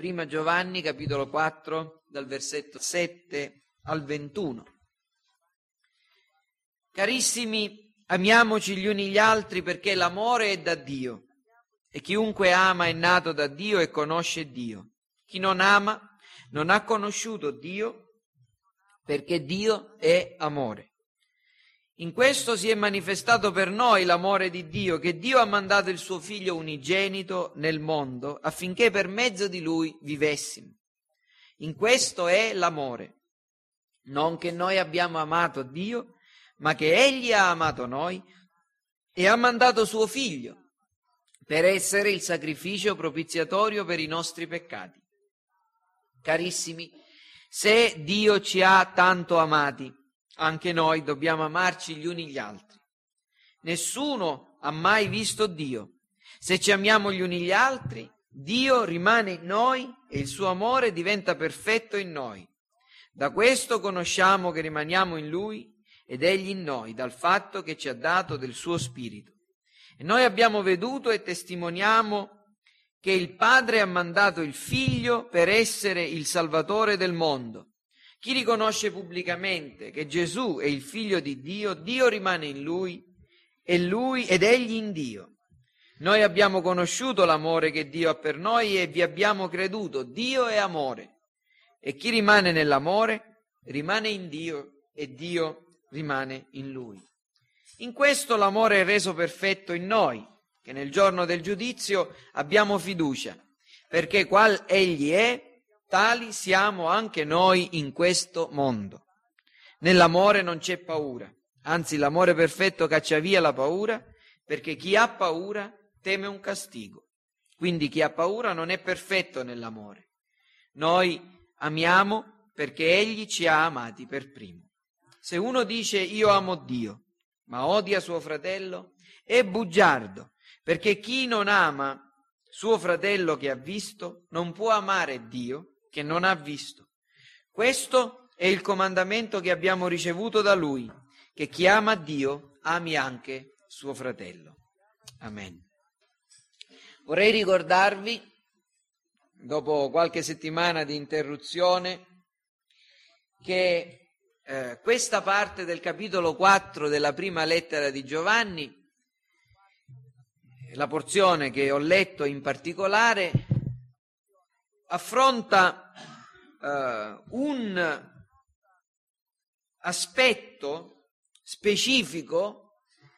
Prima Giovanni, capitolo 4, dal versetto 7 al 21. Carissimi, amiamoci gli uni gli altri perché l'amore è da Dio e chiunque ama è nato da Dio e conosce Dio. Chi non ama non ha conosciuto Dio perché Dio è amore. In questo si è manifestato per noi l'amore di Dio, che Dio ha mandato il suo Figlio unigenito nel mondo affinché per mezzo di Lui vivessimo. In questo è l'amore, non che noi abbiamo amato Dio, ma che Egli ha amato noi e ha mandato suo Figlio per essere il sacrificio propiziatorio per i nostri peccati. Carissimi, se Dio ci ha tanto amati, anche noi dobbiamo amarci gli uni gli altri. Nessuno ha mai visto Dio. Se ci amiamo gli uni gli altri, Dio rimane in noi e il suo amore diventa perfetto in noi. Da questo conosciamo che rimaniamo in Lui ed Egli in noi, dal fatto che ci ha dato del suo Spirito. E noi abbiamo veduto e testimoniamo che il Padre ha mandato il Figlio per essere il Salvatore del mondo. Chi riconosce pubblicamente che Gesù è il Figlio di Dio, Dio rimane in Lui ed Egli in Dio. Noi abbiamo conosciuto l'amore che Dio ha per noi e vi abbiamo creduto. Dio è amore. E chi rimane nell'amore rimane in Dio e Dio rimane in Lui. In questo l'amore è reso perfetto in noi, che nel giorno del giudizio abbiamo fiducia, perché qual Egli è, tali siamo anche noi in questo mondo. Nell'amore non c'è paura, anzi l'amore perfetto caccia via la paura, perché chi ha paura teme un castigo. Quindi chi ha paura non è perfetto nell'amore. Noi amiamo perché Egli ci ha amati per primo. Se uno dice io amo Dio, ma odia suo fratello, è bugiardo, perché chi non ama suo fratello che ha visto non può amare Dio che non ha visto. Questo è il comandamento che abbiamo ricevuto da Lui, che chi ama Dio ami anche suo fratello. Amen. Vorrei ricordarvi, dopo qualche settimana di interruzione, che questa parte del capitolo 4 della prima lettera di Giovanni, la porzione che ho letto in particolare, affronta un aspetto specifico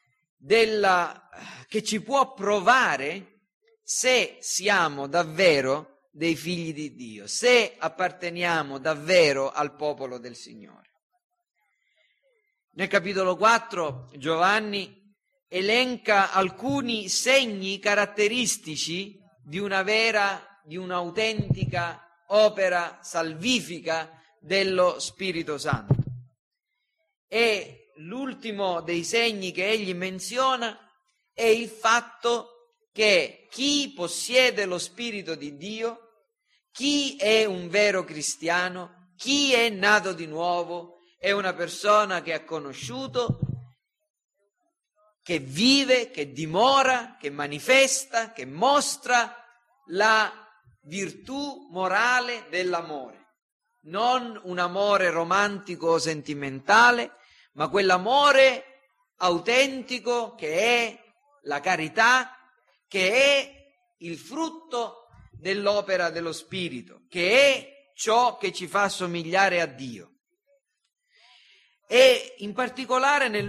che ci può provare se siamo davvero dei figli di Dio, se apparteniamo davvero al popolo del Signore. Nel capitolo 4 Giovanni elenca alcuni segni caratteristici di un'autentica opera salvifica dello Spirito Santo. E l'ultimo dei segni che egli menziona è il fatto che chi possiede lo Spirito di Dio, chi è un vero cristiano, chi è nato di nuovo, è una persona che ha conosciuto, che vive, che dimora, che manifesta, che mostra la virtù morale dell'amore. Non un amore romantico o sentimentale, ma quell'amore autentico che è la carità, che è il frutto dell'opera dello Spirito, che è ciò che ci fa somigliare a Dio. E in particolare negli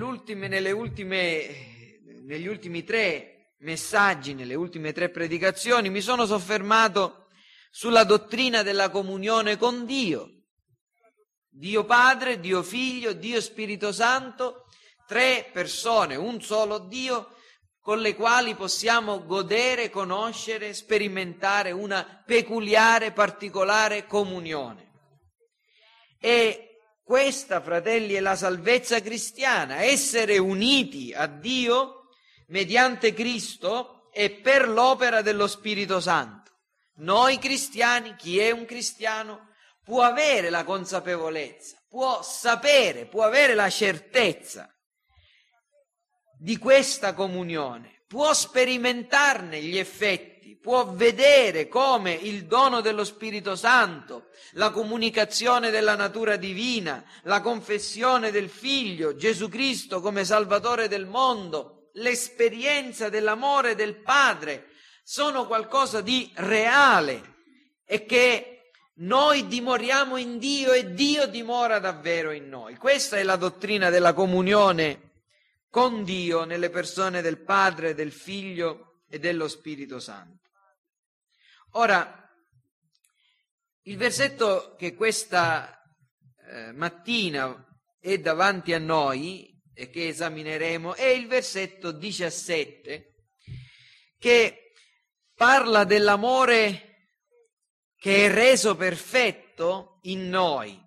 ultimi 3 messaggi, nelle ultime 3 predicazioni, mi sono soffermato sulla dottrina della comunione con Dio. Dio Padre, Dio Figlio, Dio Spirito Santo, 3 persone, un solo Dio, con le quali possiamo godere, conoscere, sperimentare una peculiare, particolare comunione. E questa, fratelli, è la salvezza cristiana, essere uniti a Dio mediante Cristo e per l'opera dello Spirito Santo. Noi cristiani, chi è un cristiano, può avere la consapevolezza, può sapere, può avere la certezza di questa comunione, può sperimentarne gli effetti, può vedere come il dono dello Spirito Santo, la comunicazione della natura divina, la confessione del Figlio, Gesù Cristo come Salvatore del mondo, l'esperienza dell'amore del Padre sono qualcosa di reale e che noi dimoriamo in Dio e Dio dimora davvero in noi. Questa è la dottrina della comunione con Dio nelle persone del Padre, del Figlio e dello Spirito Santo. Ora, il versetto che questa mattina è davanti a noi e che esamineremo è il versetto 17, che parla dell'amore che è reso perfetto in noi,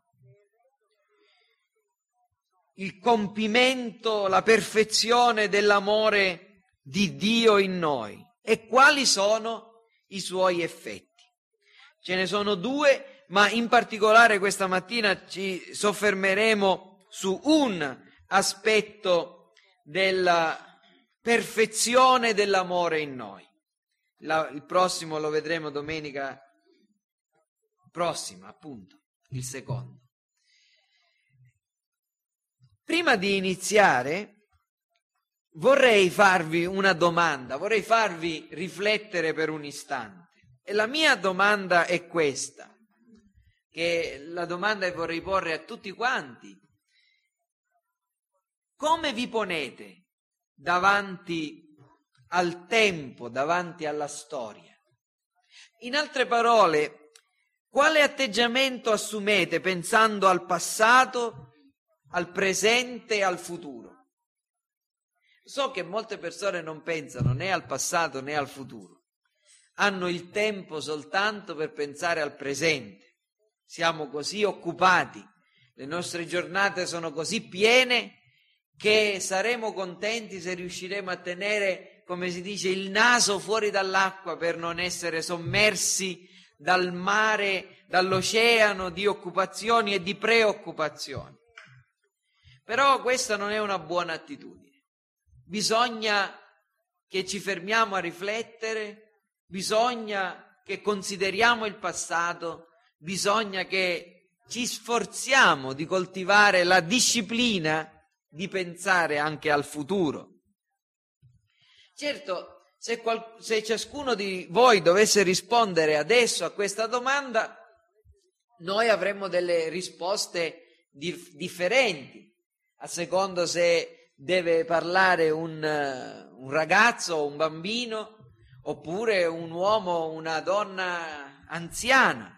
il compimento, la perfezione dell'amore di Dio in noi. E quali sono i suoi effetti? Ce ne sono due, ma in particolare questa mattina ci soffermeremo su un aspetto della perfezione dell'amore in noi. Il prossimo lo vedremo domenica prossima, appunto, il secondo. Prima di iniziare vorrei farvi una domanda, vorrei farvi riflettere per un istante. E la mia domanda è questa, che la domanda che vorrei porre a tutti quanti. Come vi ponete davanti al tempo, davanti alla storia? In altre parole, quale atteggiamento assumete pensando al passato, al presente e al futuro? So che molte persone non pensano né al passato né al futuro. Hanno il tempo soltanto per pensare al presente. Siamo così occupati, le nostre giornate sono così piene che saremo contenti se riusciremo a tenere, come si dice, il naso fuori dall'acqua per non essere sommersi dal mare, dall'oceano di occupazioni e di preoccupazioni. Però questa non è una buona attitudine. Bisogna che ci fermiamo a riflettere, bisogna che consideriamo il passato, bisogna che ci sforziamo di coltivare la disciplina di pensare anche al futuro. Certo, se ciascuno di voi dovesse rispondere adesso a questa domanda, noi avremmo delle risposte differenti, a secondo se deve parlare un ragazzo o un bambino, oppure un uomo o una donna anziana.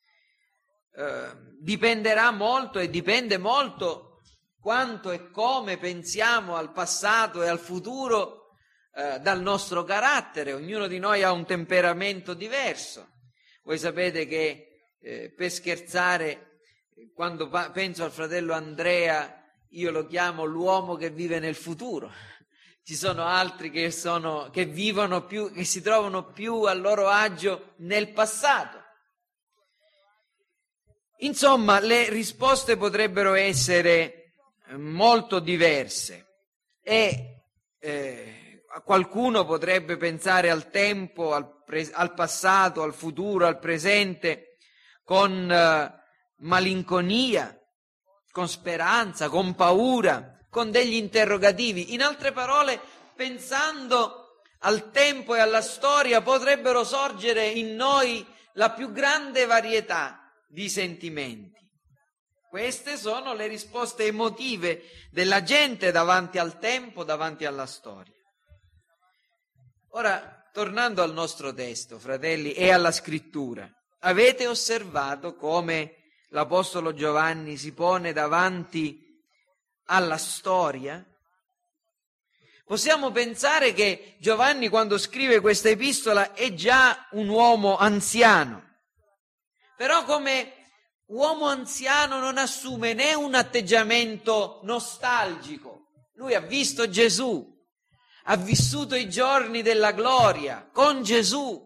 Dipenderà molto e dipende molto quanto e come pensiamo al passato e al futuro dal nostro carattere. Ognuno di noi ha un temperamento diverso. Voi sapete che per scherzare, quando penso al fratello Andrea, io lo chiamo l'uomo che vive nel futuro. Ci sono altri che vivono più, che si trovano più a loro agio nel passato. Insomma, le risposte potrebbero essere molto diverse e qualcuno potrebbe pensare al tempo, al passato, al futuro, al presente con malinconia, con speranza, con paura, con degli interrogativi. In altre parole, pensando al tempo e alla storia, potrebbero sorgere in noi la più grande varietà di sentimenti. Queste sono le risposte emotive della gente davanti al tempo, davanti alla storia. Ora, tornando al nostro testo, fratelli, e alla scrittura, avete osservato come l'Apostolo Giovanni si pone davanti alla storia? Possiamo pensare che Giovanni, quando scrive questa epistola, è già un uomo anziano. Però come uomo anziano non assume né un atteggiamento nostalgico. Lui ha visto Gesù, ha vissuto i giorni della gloria con Gesù.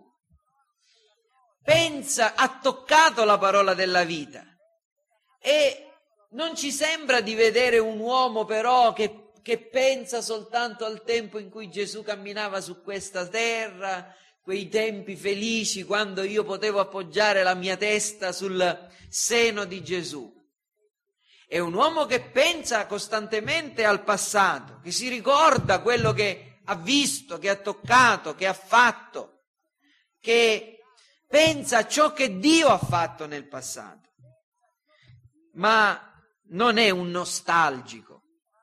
Pensa, ha toccato la parola della vita. E non ci sembra di vedere un uomo però che che pensa soltanto al tempo in cui Gesù camminava su questa terra, quei tempi felici quando io potevo appoggiare la mia testa sul seno di Gesù. È un uomo che pensa costantemente al passato, che si ricorda quello che ha visto, che ha toccato, che ha fatto, che pensa a ciò che Dio ha fatto nel passato. Ma non è un nostalgico,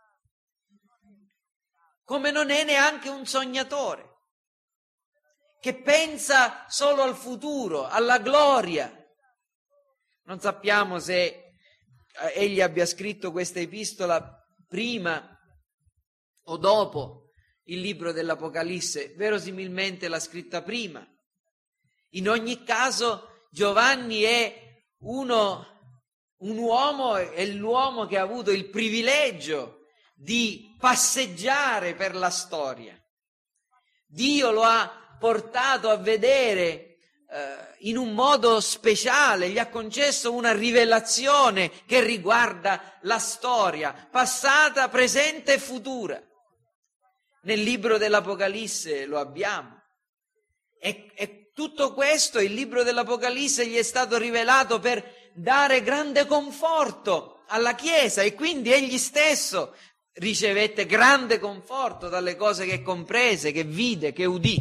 come non è neanche un sognatore, che pensa solo al futuro, alla gloria. Non sappiamo se egli abbia scritto questa epistola prima o dopo il libro dell'Apocalisse, verosimilmente l'ha scritta prima. In ogni caso Giovanni è un uomo, è l'uomo che ha avuto il privilegio di passeggiare per la storia. Dio lo ha portato a vedere in un modo speciale, gli ha concesso una rivelazione che riguarda la storia, passata, presente e futura. Nel libro dell'Apocalisse lo abbiamo. E tutto questo, il libro dell'Apocalisse gli è stato rivelato per dare grande conforto alla Chiesa, e quindi egli stesso ricevette grande conforto dalle cose che comprese, che vide, che udì.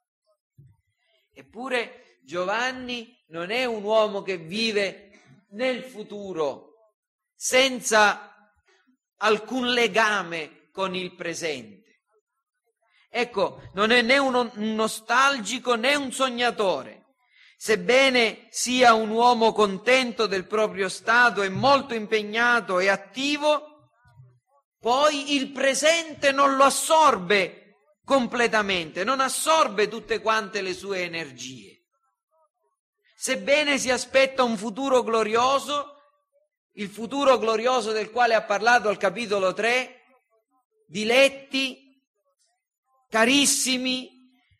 Eppure Giovanni non è un uomo che vive nel futuro senza alcun legame con il presente. Ecco, non è né un nostalgico né un sognatore. Sebbene sia un uomo contento del proprio stato e molto impegnato e attivo, poi il presente non lo assorbe completamente, non assorbe tutte quante le sue energie. Sebbene si aspetta un futuro glorioso, il futuro glorioso del quale ha parlato al capitolo 3, diletti, carissimi,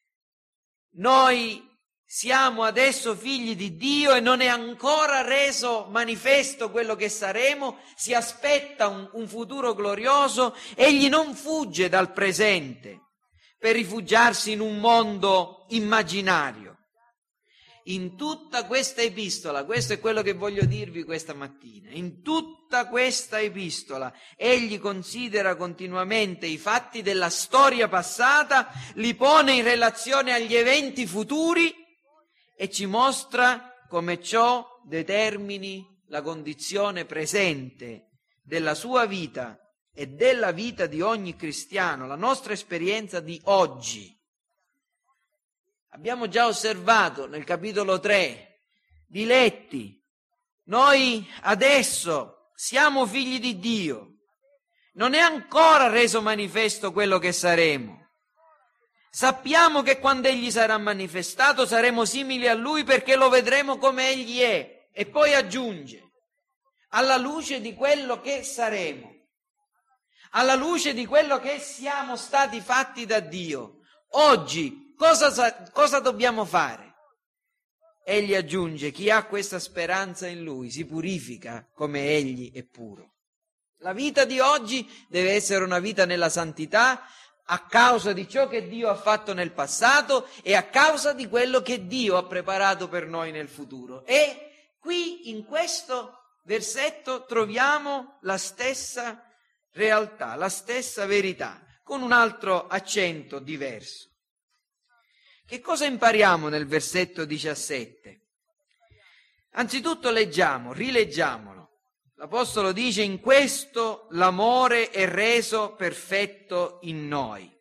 noi siamo adesso figli di Dio e non è ancora reso manifesto quello che saremo, si aspetta un futuro glorioso, egli non fugge dal presente per rifugiarsi in un mondo immaginario. In tutta questa epistola, questo è quello che voglio dirvi questa mattina, in tutta questa epistola egli considera continuamente i fatti della storia passata, li pone in relazione agli eventi futuri e ci mostra come ciò determini la condizione presente della sua vita e della vita di ogni cristiano, la nostra esperienza di oggi. Abbiamo già osservato nel capitolo 3, diletti, noi adesso siamo figli di Dio, non è ancora reso manifesto quello che saremo. Sappiamo che quando egli sarà manifestato saremo simili a lui perché lo vedremo come egli è. E poi aggiunge, alla luce di quello che saremo, alla luce di quello che siamo stati fatti da Dio, oggi cosa dobbiamo fare? Egli aggiunge, chi ha questa speranza in lui si purifica come egli è puro. La vita di oggi deve essere una vita nella santità a causa di ciò che Dio ha fatto nel passato e a causa di quello che Dio ha preparato per noi nel futuro. E qui in questo versetto troviamo la stessa realtà, la stessa verità, con un altro accento diverso. Che cosa impariamo nel versetto 17? Anzitutto rileggiamolo. L'Apostolo dice, in questo l'amore è reso perfetto in noi.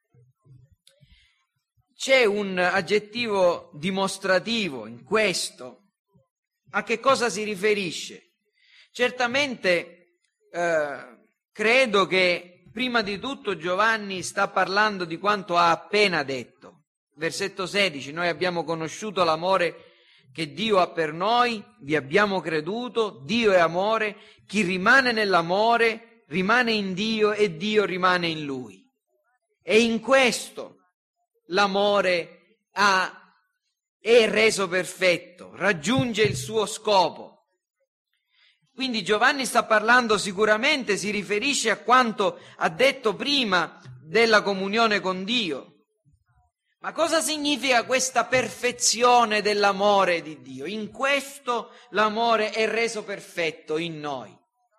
C'è un aggettivo dimostrativo in questo. A che cosa si riferisce? Certamente credo che prima di tutto Giovanni sta parlando di quanto ha appena detto. Versetto 16, noi abbiamo conosciuto l'amore che Dio ha per noi, vi abbiamo creduto, Dio è amore, chi rimane nell'amore rimane in Dio e Dio rimane in lui. E in questo l'amore è reso perfetto, raggiunge il suo scopo. Quindi Giovanni sta parlando sicuramente, si riferisce a quanto ha detto prima della comunione con Dio. Ma cosa significa questa perfezione dell'amore di Dio? In questo l'amore è reso perfetto in noi.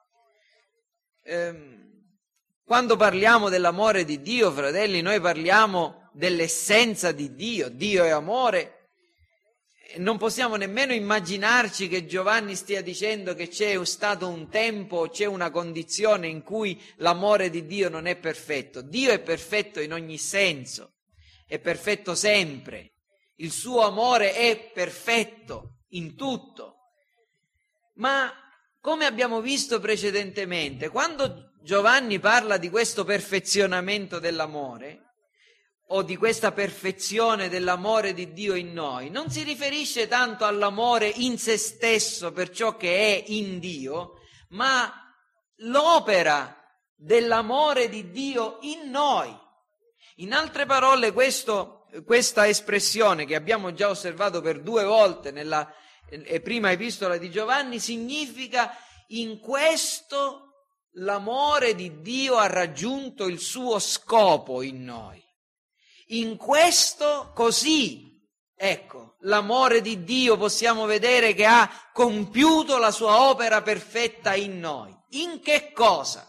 Quando parliamo dell'amore di Dio, fratelli, noi parliamo dell'essenza di Dio. Dio è amore. Non possiamo nemmeno immaginarci che Giovanni stia dicendo che c'è stato un tempo, c'è una condizione in cui l'amore di Dio non è perfetto. Dio è perfetto in ogni senso. È perfetto sempre, il suo amore è perfetto in tutto. Ma come abbiamo visto precedentemente, quando Giovanni parla di questo perfezionamento dell'amore o di questa perfezione dell'amore di Dio in noi, non si riferisce tanto all'amore in se stesso per ciò che è in Dio, ma l'opera dell'amore di Dio in noi. In altre parole, questa espressione che abbiamo già osservato per 2 volte nella prima epistola di Giovanni significa: in questo l'amore di Dio ha raggiunto il suo scopo in noi. In questo così, ecco, l'amore di Dio possiamo vedere che ha compiuto la sua opera perfetta in noi. In che cosa?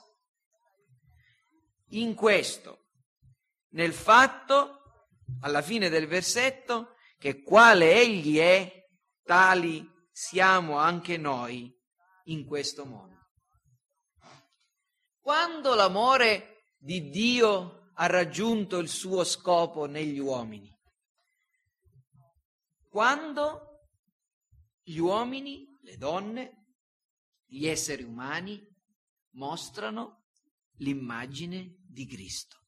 In questo. Nel fatto, alla fine del versetto, che quale Egli è, tali siamo anche noi in questo mondo. Quando l'amore di Dio ha raggiunto il suo scopo negli uomini? Quando gli uomini, le donne, gli esseri umani mostrano l'immagine di Cristo.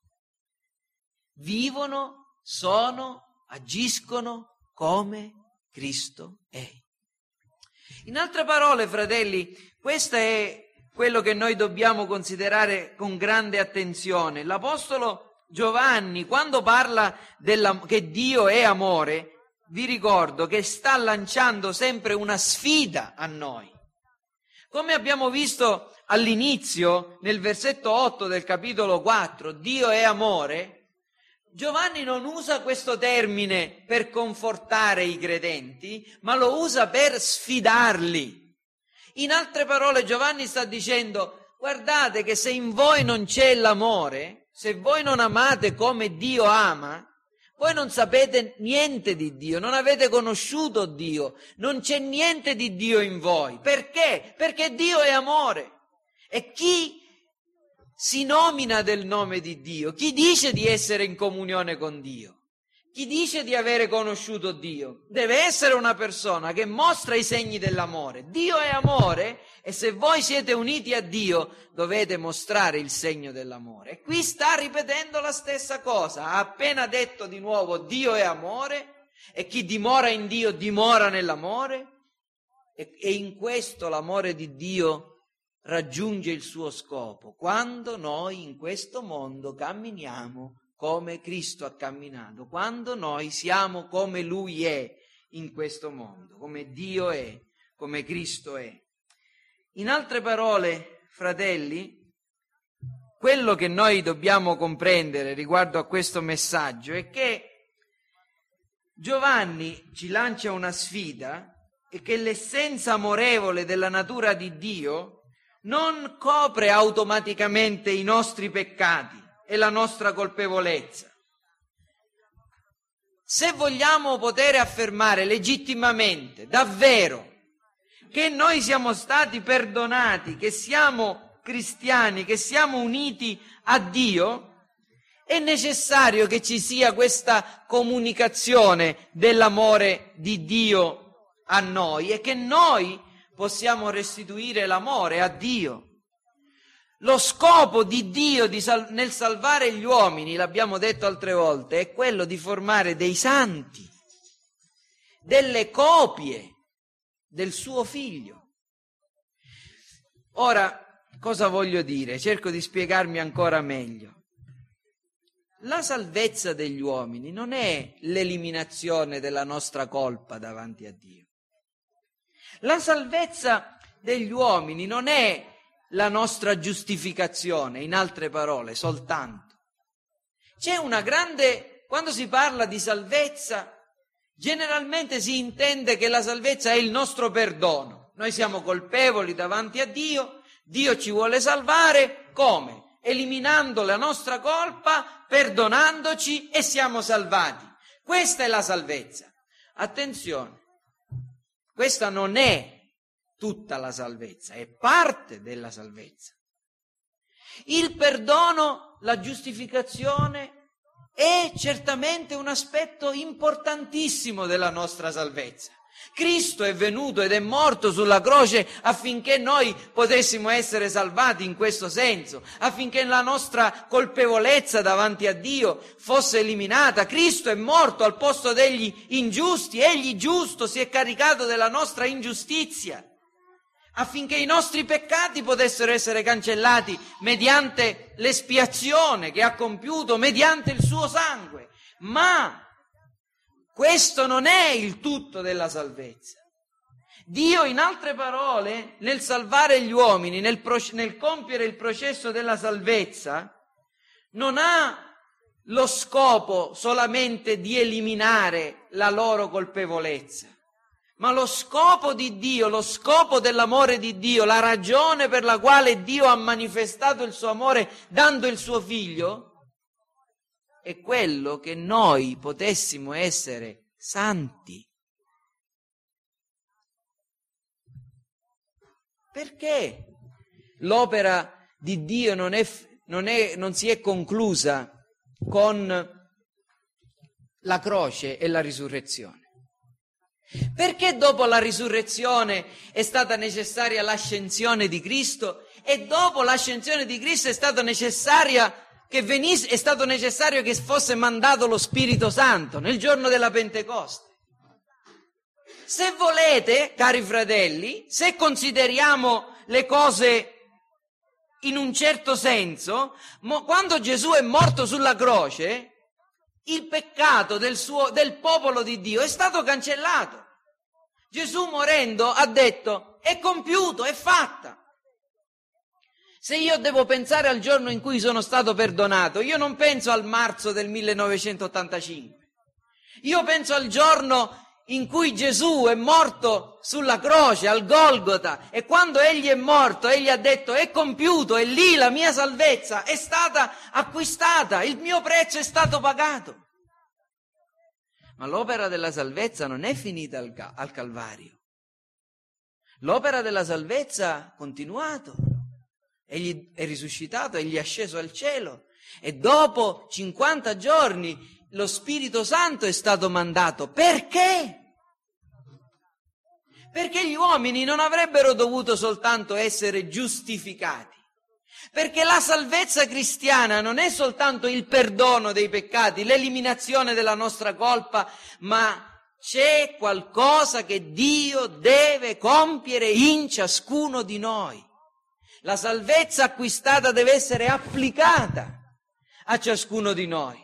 Vivono, sono, agiscono come Cristo è. In altre parole, fratelli, questo è quello che noi dobbiamo considerare con grande attenzione. L'Apostolo Giovanni, quando parla che Dio è amore, vi ricordo che sta lanciando sempre una sfida a noi. Come abbiamo visto all'inizio, nel versetto 8 del capitolo 4, Dio è amore, Giovanni non usa questo termine per confortare i credenti, ma lo usa per sfidarli. In altre parole, Giovanni sta dicendo: guardate che se in voi non c'è l'amore, se voi non amate come Dio ama, voi non sapete niente di Dio, non avete conosciuto Dio, non c'è niente di Dio in voi. Perché? Perché Dio è amore. E chi si nomina del nome di Dio, chi dice di essere in comunione con Dio, chi dice di avere conosciuto Dio, deve essere una persona che mostra i segni dell'amore. Dio è amore e se voi siete uniti a Dio dovete mostrare il segno dell'amore. E qui sta ripetendo la stessa cosa, ha appena detto di nuovo Dio è amore e chi dimora in Dio dimora nell'amore e in questo l'amore di Dio raggiunge il suo scopo quando noi in questo mondo camminiamo come Cristo ha camminato, quando noi siamo come Lui è in questo mondo, come Dio è, come Cristo è. In altre parole, fratelli, quello che noi dobbiamo comprendere riguardo a questo messaggio è che Giovanni ci lancia una sfida e che l'essenza amorevole della natura di Dio non copre automaticamente i nostri peccati e la nostra colpevolezza. Se vogliamo poter affermare legittimamente, davvero, che noi siamo stati perdonati, che siamo cristiani, che siamo uniti a Dio, è necessario che ci sia questa comunicazione dell'amore di Dio a noi e che noi possiamo restituire l'amore a Dio. Lo scopo di Dio nel salvare gli uomini, l'abbiamo detto altre volte, è quello di formare dei santi, delle copie del suo Figlio. Ora, cosa voglio dire? Cerco di spiegarmi ancora meglio. La salvezza degli uomini non è l'eliminazione della nostra colpa davanti a Dio. La salvezza degli uomini non è la nostra giustificazione, in altre parole, soltanto. C'è una grande, quando si parla di salvezza, generalmente si intende che la salvezza è il nostro perdono. Noi siamo colpevoli davanti a Dio, Dio ci vuole salvare, come? Eliminando la nostra colpa, perdonandoci e siamo salvati. Questa è la salvezza. Attenzione, questa non è tutta la salvezza, è parte della salvezza. Il perdono, la giustificazione è certamente un aspetto importantissimo della nostra salvezza. Cristo è venuto ed è morto sulla croce affinché noi potessimo essere salvati in questo senso, affinché la nostra colpevolezza davanti a Dio fosse eliminata. Cristo è morto al posto degli ingiusti, egli giusto si è caricato della nostra ingiustizia, affinché i nostri peccati potessero essere cancellati mediante l'espiazione che ha compiuto, mediante il suo sangue. Ma questo non è il tutto della salvezza. Dio, in altre parole, nel salvare gli uomini, nel compiere il processo della salvezza, non ha lo scopo solamente di eliminare la loro colpevolezza, ma lo scopo di Dio, lo scopo dell'amore di Dio, la ragione per la quale Dio ha manifestato il suo amore dando il suo figlio, è quello che noi potessimo essere santi. Perché l'opera di Dio non si è conclusa con la croce e la risurrezione? Perché dopo la risurrezione è stata necessaria l'ascensione di Cristo e dopo l'ascensione di Cristo è stato necessario che fosse mandato lo Spirito Santo nel giorno della Pentecoste? Se volete, cari fratelli, se consideriamo le cose in un certo senso, quando Gesù è morto sulla croce, il peccato del popolo di Dio è stato cancellato. Gesù morendo ha detto: è compiuto, è fatta. Se io devo pensare al giorno in cui sono stato perdonato, io non penso al marzo del 1985. Io penso al giorno in cui Gesù è morto sulla croce, al Golgota, e quando egli è morto, egli ha detto: è compiuto, e lì la mia salvezza è stata acquistata, il mio prezzo è stato pagato. Ma l'opera della salvezza non è finita al Calvario. L'opera della salvezza ha continuato. Egli è risuscitato, egli è sceso al cielo, e dopo 50 giorni lo Spirito Santo è stato mandato. Perché? Perché gli uomini non avrebbero dovuto soltanto essere giustificati, perché la salvezza cristiana non è soltanto il perdono dei peccati, l'eliminazione della nostra colpa, ma c'è qualcosa che Dio deve compiere in ciascuno di noi. La salvezza acquistata deve essere applicata a ciascuno di noi.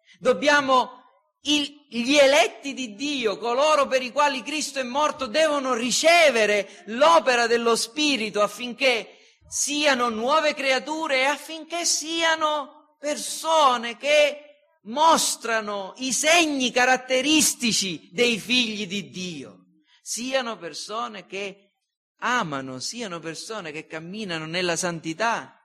Gli eletti di Dio, coloro per i quali Cristo è morto, devono ricevere l'opera dello Spirito affinché siano nuove creature e affinché siano persone che mostrano i segni caratteristici dei figli di Dio, siano persone che amano, siano persone che camminano nella santità.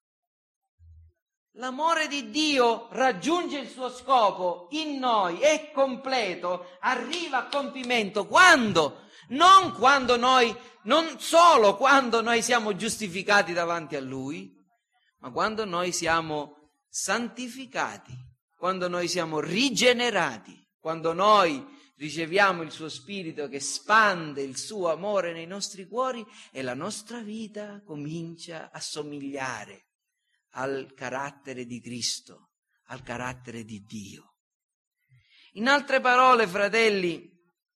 L'amore di Dio raggiunge il suo scopo in noi, è completo, arriva a compimento quando? Non solo quando noi siamo giustificati davanti a Lui, ma quando noi siamo santificati, quando noi siamo rigenerati, quando noi riceviamo il suo Spirito che spande il suo amore nei nostri cuori e la nostra vita comincia a somigliare al carattere di Cristo, al carattere di Dio. In altre parole, fratelli,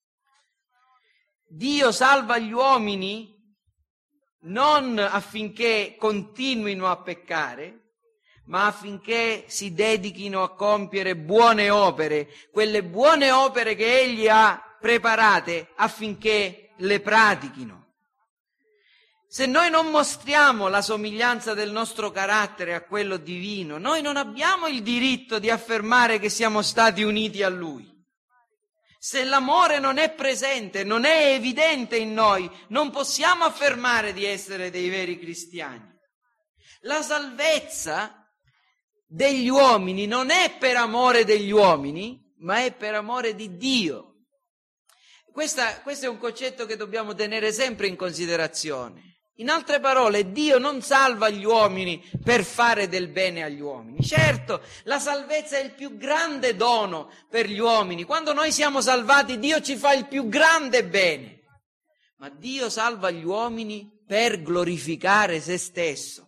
Dio salva gli uomini non affinché continuino a peccare, ma affinché si dedichino a compiere buone opere, quelle buone opere che Egli ha preparate affinché le pratichino. Se noi non mostriamo la somiglianza del nostro carattere a quello divino, noi non abbiamo il diritto di affermare che siamo stati uniti a Lui. Se l'amore non è presente, non è evidente in noi, non possiamo affermare di essere dei veri cristiani. La salvezza degli uomini non è per amore degli uomini, ma è per amore di Dio. Questo è un concetto che dobbiamo tenere sempre in considerazione. In altre parole, Dio non salva gli uomini per fare del bene agli uomini. Certo, la salvezza è il più grande dono per gli uomini. Quando noi siamo salvati, Dio ci fa il più grande bene. Ma Dio salva gli uomini per glorificare se stesso.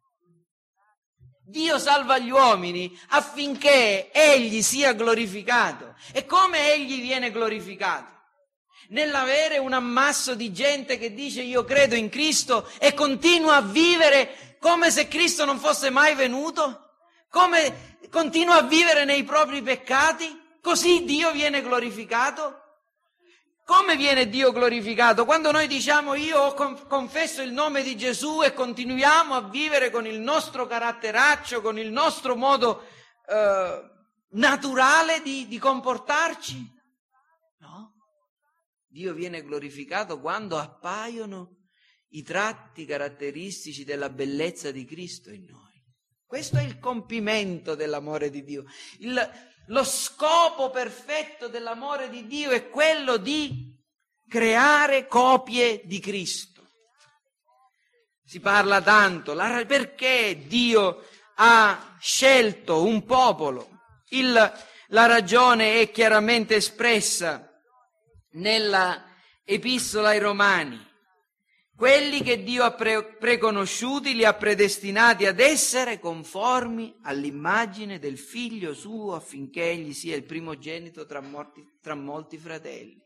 Dio salva gli uomini affinché Egli sia glorificato. E come Egli viene glorificato? Nell'avere un ammasso di gente che dice io credo in Cristo e continua a vivere come se Cristo non fosse mai venuto, come continua a vivere nei propri peccati, così Dio viene glorificato. Come viene Dio glorificato? Quando noi diciamo io confesso il nome di Gesù e continuiamo a vivere con il nostro caratteraccio, con il nostro modo naturale di comportarci. No? Dio viene glorificato quando appaiono i tratti caratteristici della bellezza di Cristo in noi. Questo è il compimento dell'amore di Dio. Lo scopo perfetto dell'amore di Dio è quello di creare copie di Cristo. Si parla tanto, perché Dio ha scelto un popolo? La ragione è chiaramente espressa nella epistola ai Romani. Quelli che Dio ha preconosciuti li ha predestinati ad essere conformi all'immagine del Figlio suo affinché egli sia il primogenito tra molti fratelli.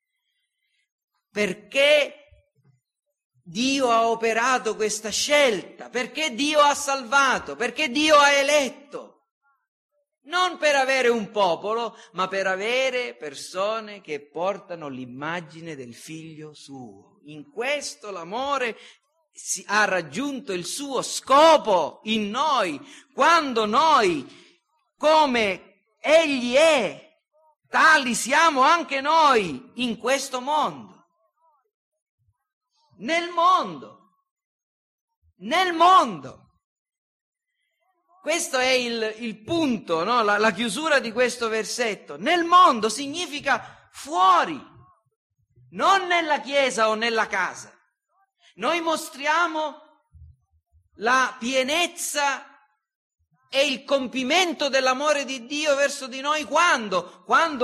Perché Dio ha operato questa scelta? Perché Dio ha salvato? Perché Dio ha eletto? Non per avere un popolo, ma per avere persone che portano l'immagine del Figlio suo. In questo l'amore ha raggiunto il suo scopo in noi, quando noi, come Egli è, tali siamo anche noi in questo mondo. Nel mondo. Questo è il punto, no? La chiusura di questo versetto. Nel mondo significa fuori, non nella chiesa o nella casa. Noi mostriamo la pienezza e il compimento dell'amore di Dio verso di noi quando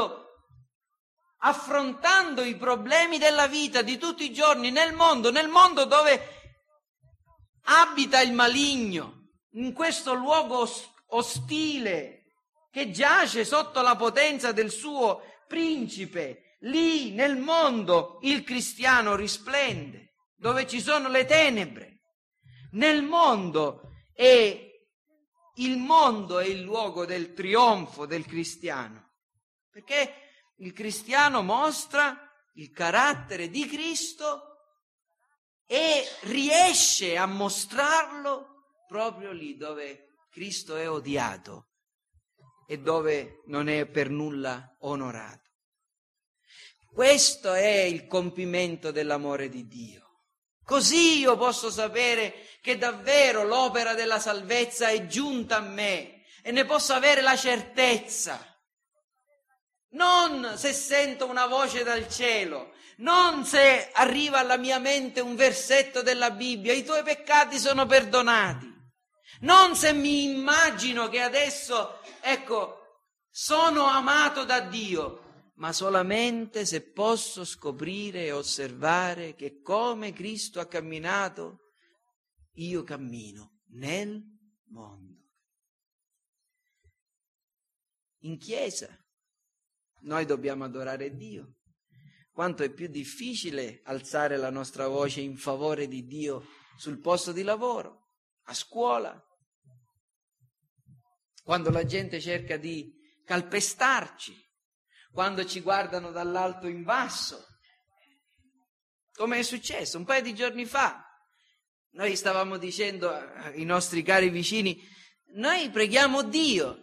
affrontando i problemi della vita di tutti i giorni nel mondo dove abita il maligno, in questo luogo ostile che giace sotto la potenza del suo principe, lì nel mondo il cristiano risplende, dove ci sono le tenebre. Nel mondo è il luogo del trionfo del cristiano, perché il cristiano mostra il carattere di Cristo e riesce a mostrarlo proprio lì dove Cristo è odiato e dove non è per nulla onorato. Questo è il compimento dell'amore di Dio. Così io posso sapere che davvero l'opera della salvezza è giunta a me e ne posso avere la certezza. Non se sento una voce dal cielo, non se arriva alla mia mente un versetto della Bibbia, i tuoi peccati sono perdonati. Non se mi immagino che adesso, sono amato da Dio, ma solamente se posso scoprire e osservare che come Cristo ha camminato, io cammino nel mondo. In chiesa noi dobbiamo adorare Dio. Quanto è più difficile alzare la nostra voce in favore di Dio sul posto di lavoro, a scuola, quando la gente cerca di calpestarci, quando ci guardano dall'alto in basso, come è successo un paio di giorni fa. Noi stavamo dicendo ai nostri cari vicini, noi preghiamo Dio,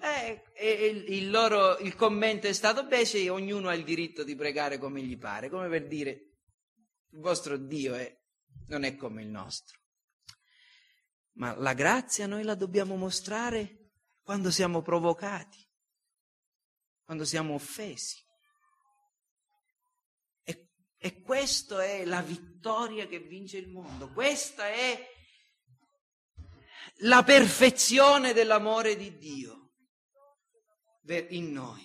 il commento è stato, sì, ognuno ha il diritto di pregare come gli pare, come per dire, il vostro Dio non è come il nostro. Ma la grazia noi la dobbiamo mostrare quando siamo provocati, quando siamo offesi. E questa è la vittoria che vince il mondo, questa è la perfezione dell'amore di Dio in noi.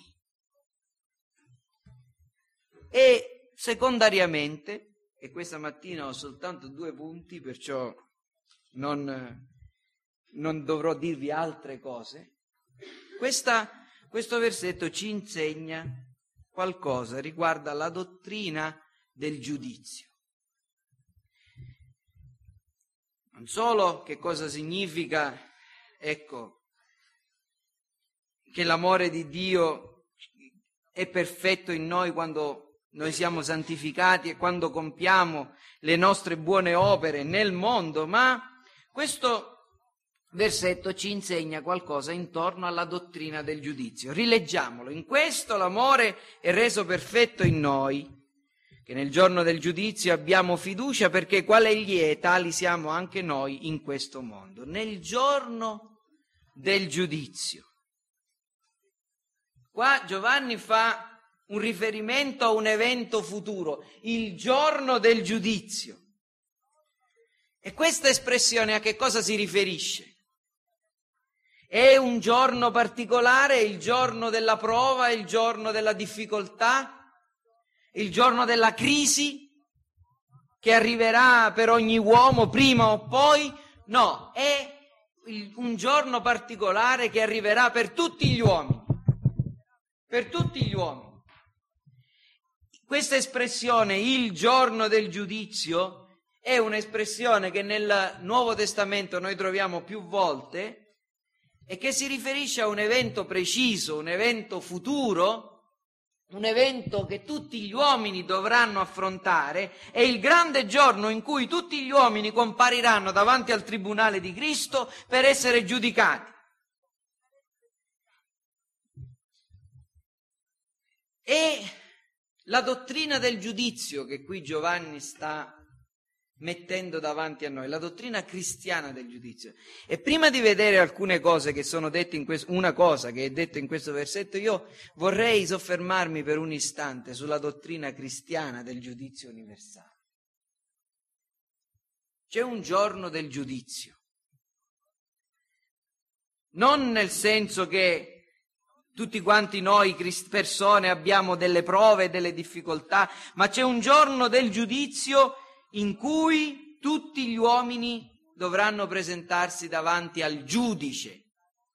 E secondariamente, e questa mattina ho soltanto 2 punti, perciò non dovrò dirvi altre cose, questo versetto ci insegna qualcosa riguardo alla dottrina del giudizio. Non solo che cosa significa, che l'amore di Dio è perfetto in noi quando noi siamo santificati e quando compiamo le nostre buone opere nel mondo, ma questo versetto ci insegna qualcosa intorno alla dottrina del giudizio. Rileggiamolo. In questo l'amore è reso perfetto in noi, che nel giorno del giudizio abbiamo fiducia, perché qual egli è, tali siamo anche noi in questo mondo. Nel giorno del giudizio. Qua Giovanni fa un riferimento a un evento futuro, il giorno del giudizio. E questa espressione a che cosa si riferisce? È un giorno particolare, il giorno della prova, il giorno della difficoltà, il giorno della crisi che arriverà per ogni uomo prima o poi? No, è un giorno particolare che arriverà per tutti gli uomini. Per tutti gli uomini. Questa espressione, il giorno del giudizio, è un'espressione che nel Nuovo Testamento noi troviamo più volte e che si riferisce a un evento preciso, un evento futuro, un evento che tutti gli uomini dovranno affrontare. È il grande giorno in cui tutti gli uomini compariranno davanti al tribunale di Cristo per essere giudicati. E la dottrina del giudizio che qui Giovanni sta mettendo davanti a noi, la dottrina cristiana del giudizio. E prima di vedere alcune cose che sono dette una cosa che è detta in questo versetto, io vorrei soffermarmi per un istante sulla dottrina cristiana del giudizio universale. C'è un giorno del giudizio. Non nel senso che tutti quanti noi persone abbiamo delle prove e delle difficoltà, ma c'è un giorno del giudizio in cui tutti gli uomini dovranno presentarsi davanti al giudice.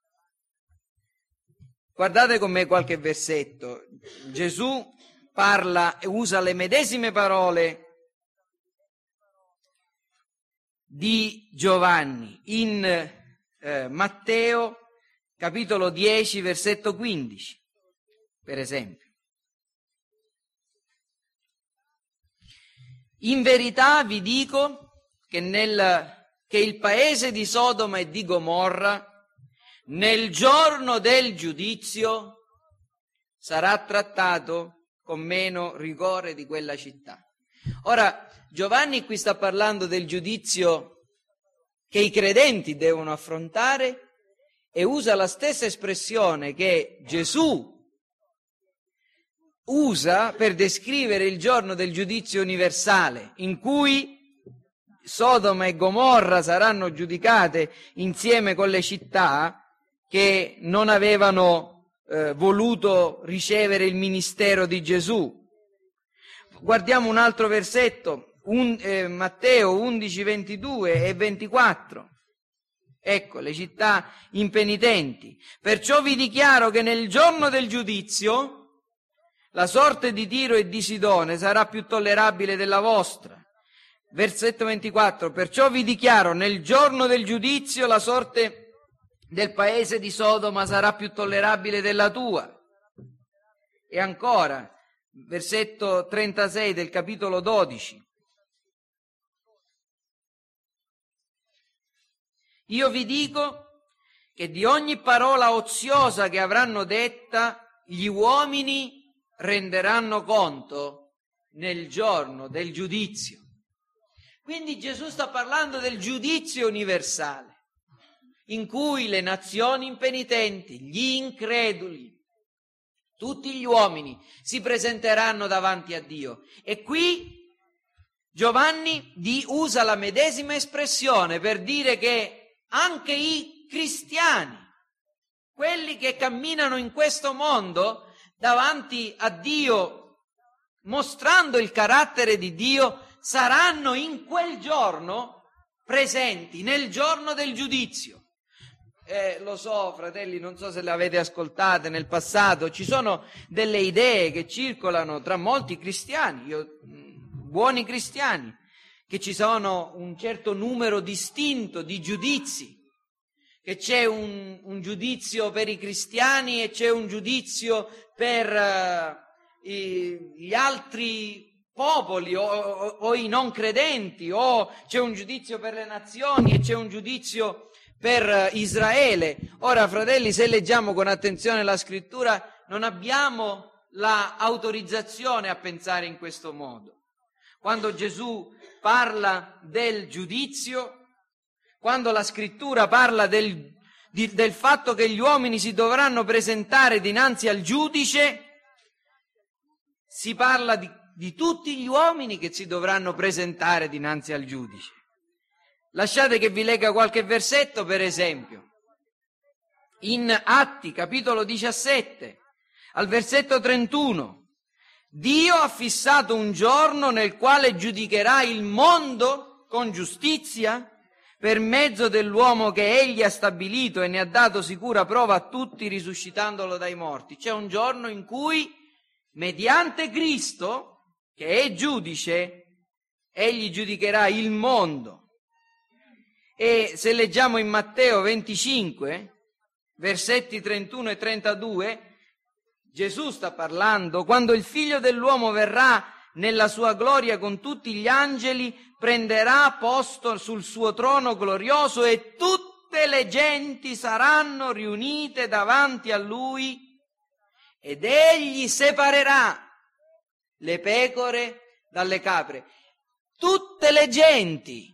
Guardate con me qualche versetto. Gesù parla e usa le medesime parole di Giovanni in Matteo capitolo 10 versetto 15, per esempio. In verità vi dico che il paese di Sodoma e di Gomorra nel giorno del giudizio sarà trattato con meno rigore di quella città. Ora, Giovanni qui sta parlando del giudizio che i credenti devono affrontare e usa la stessa espressione che Gesù usa per descrivere il giorno del giudizio universale, in cui Sodoma e Gomorra saranno giudicate insieme con le città che non avevano voluto ricevere il ministero di Gesù. Guardiamo un altro versetto, Matteo 11, 22 e 24. Ecco, le città impenitenti. Perciò vi dichiaro che nel giorno del giudizio la sorte di Tiro e di Sidone sarà più tollerabile della vostra. Versetto 24. Perciò vi dichiaro, nel giorno del giudizio la sorte del paese di Sodoma sarà più tollerabile della tua. E ancora, versetto 36 del capitolo 12. Io vi dico che di ogni parola oziosa che avranno detta, gli uomini renderanno conto nel giorno del giudizio. Quindi Gesù sta parlando del giudizio universale, in cui le nazioni impenitenti, gli increduli, tutti gli uomini si presenteranno davanti a Dio. E qui Giovanni usa la medesima espressione per dire che anche i cristiani, quelli che camminano in questo mondo davanti a Dio, mostrando il carattere di Dio, saranno in quel giorno presenti, nel giorno del giudizio. Lo so, fratelli, non so se le avete ascoltate nel passato, ci sono delle idee che circolano tra molti cristiani, buoni cristiani, che ci sono un certo numero distinto di giudizi, che c'è un giudizio per i cristiani e c'è un giudizio per gli altri popoli o i non credenti, o c'è un giudizio per le nazioni e c'è un giudizio per Israele. Ora, fratelli, se leggiamo con attenzione la scrittura, non abbiamo l'autorizzazione a pensare in questo modo. Quando Gesù parla del giudizio, quando la scrittura parla del fatto che gli uomini si dovranno presentare dinanzi al giudice, si parla di tutti gli uomini che si dovranno presentare dinanzi al giudice. Lasciate che vi legga qualche versetto, per esempio. In Atti, capitolo 17, al versetto 31, Dio ha fissato un giorno nel quale giudicherà il mondo con giustizia per mezzo dell'uomo che egli ha stabilito e ne ha dato sicura prova a tutti, risuscitandolo dai morti. C'è un giorno in cui, mediante Cristo, che è giudice, egli giudicherà il mondo. E se leggiamo in Matteo 25, versetti 31 e 32, Gesù sta parlando: quando il Figlio dell'uomo verrà nella sua gloria con tutti gli angeli, prenderà posto sul suo trono glorioso e tutte le genti saranno riunite davanti a lui ed egli separerà le pecore dalle capre. Tutte le genti.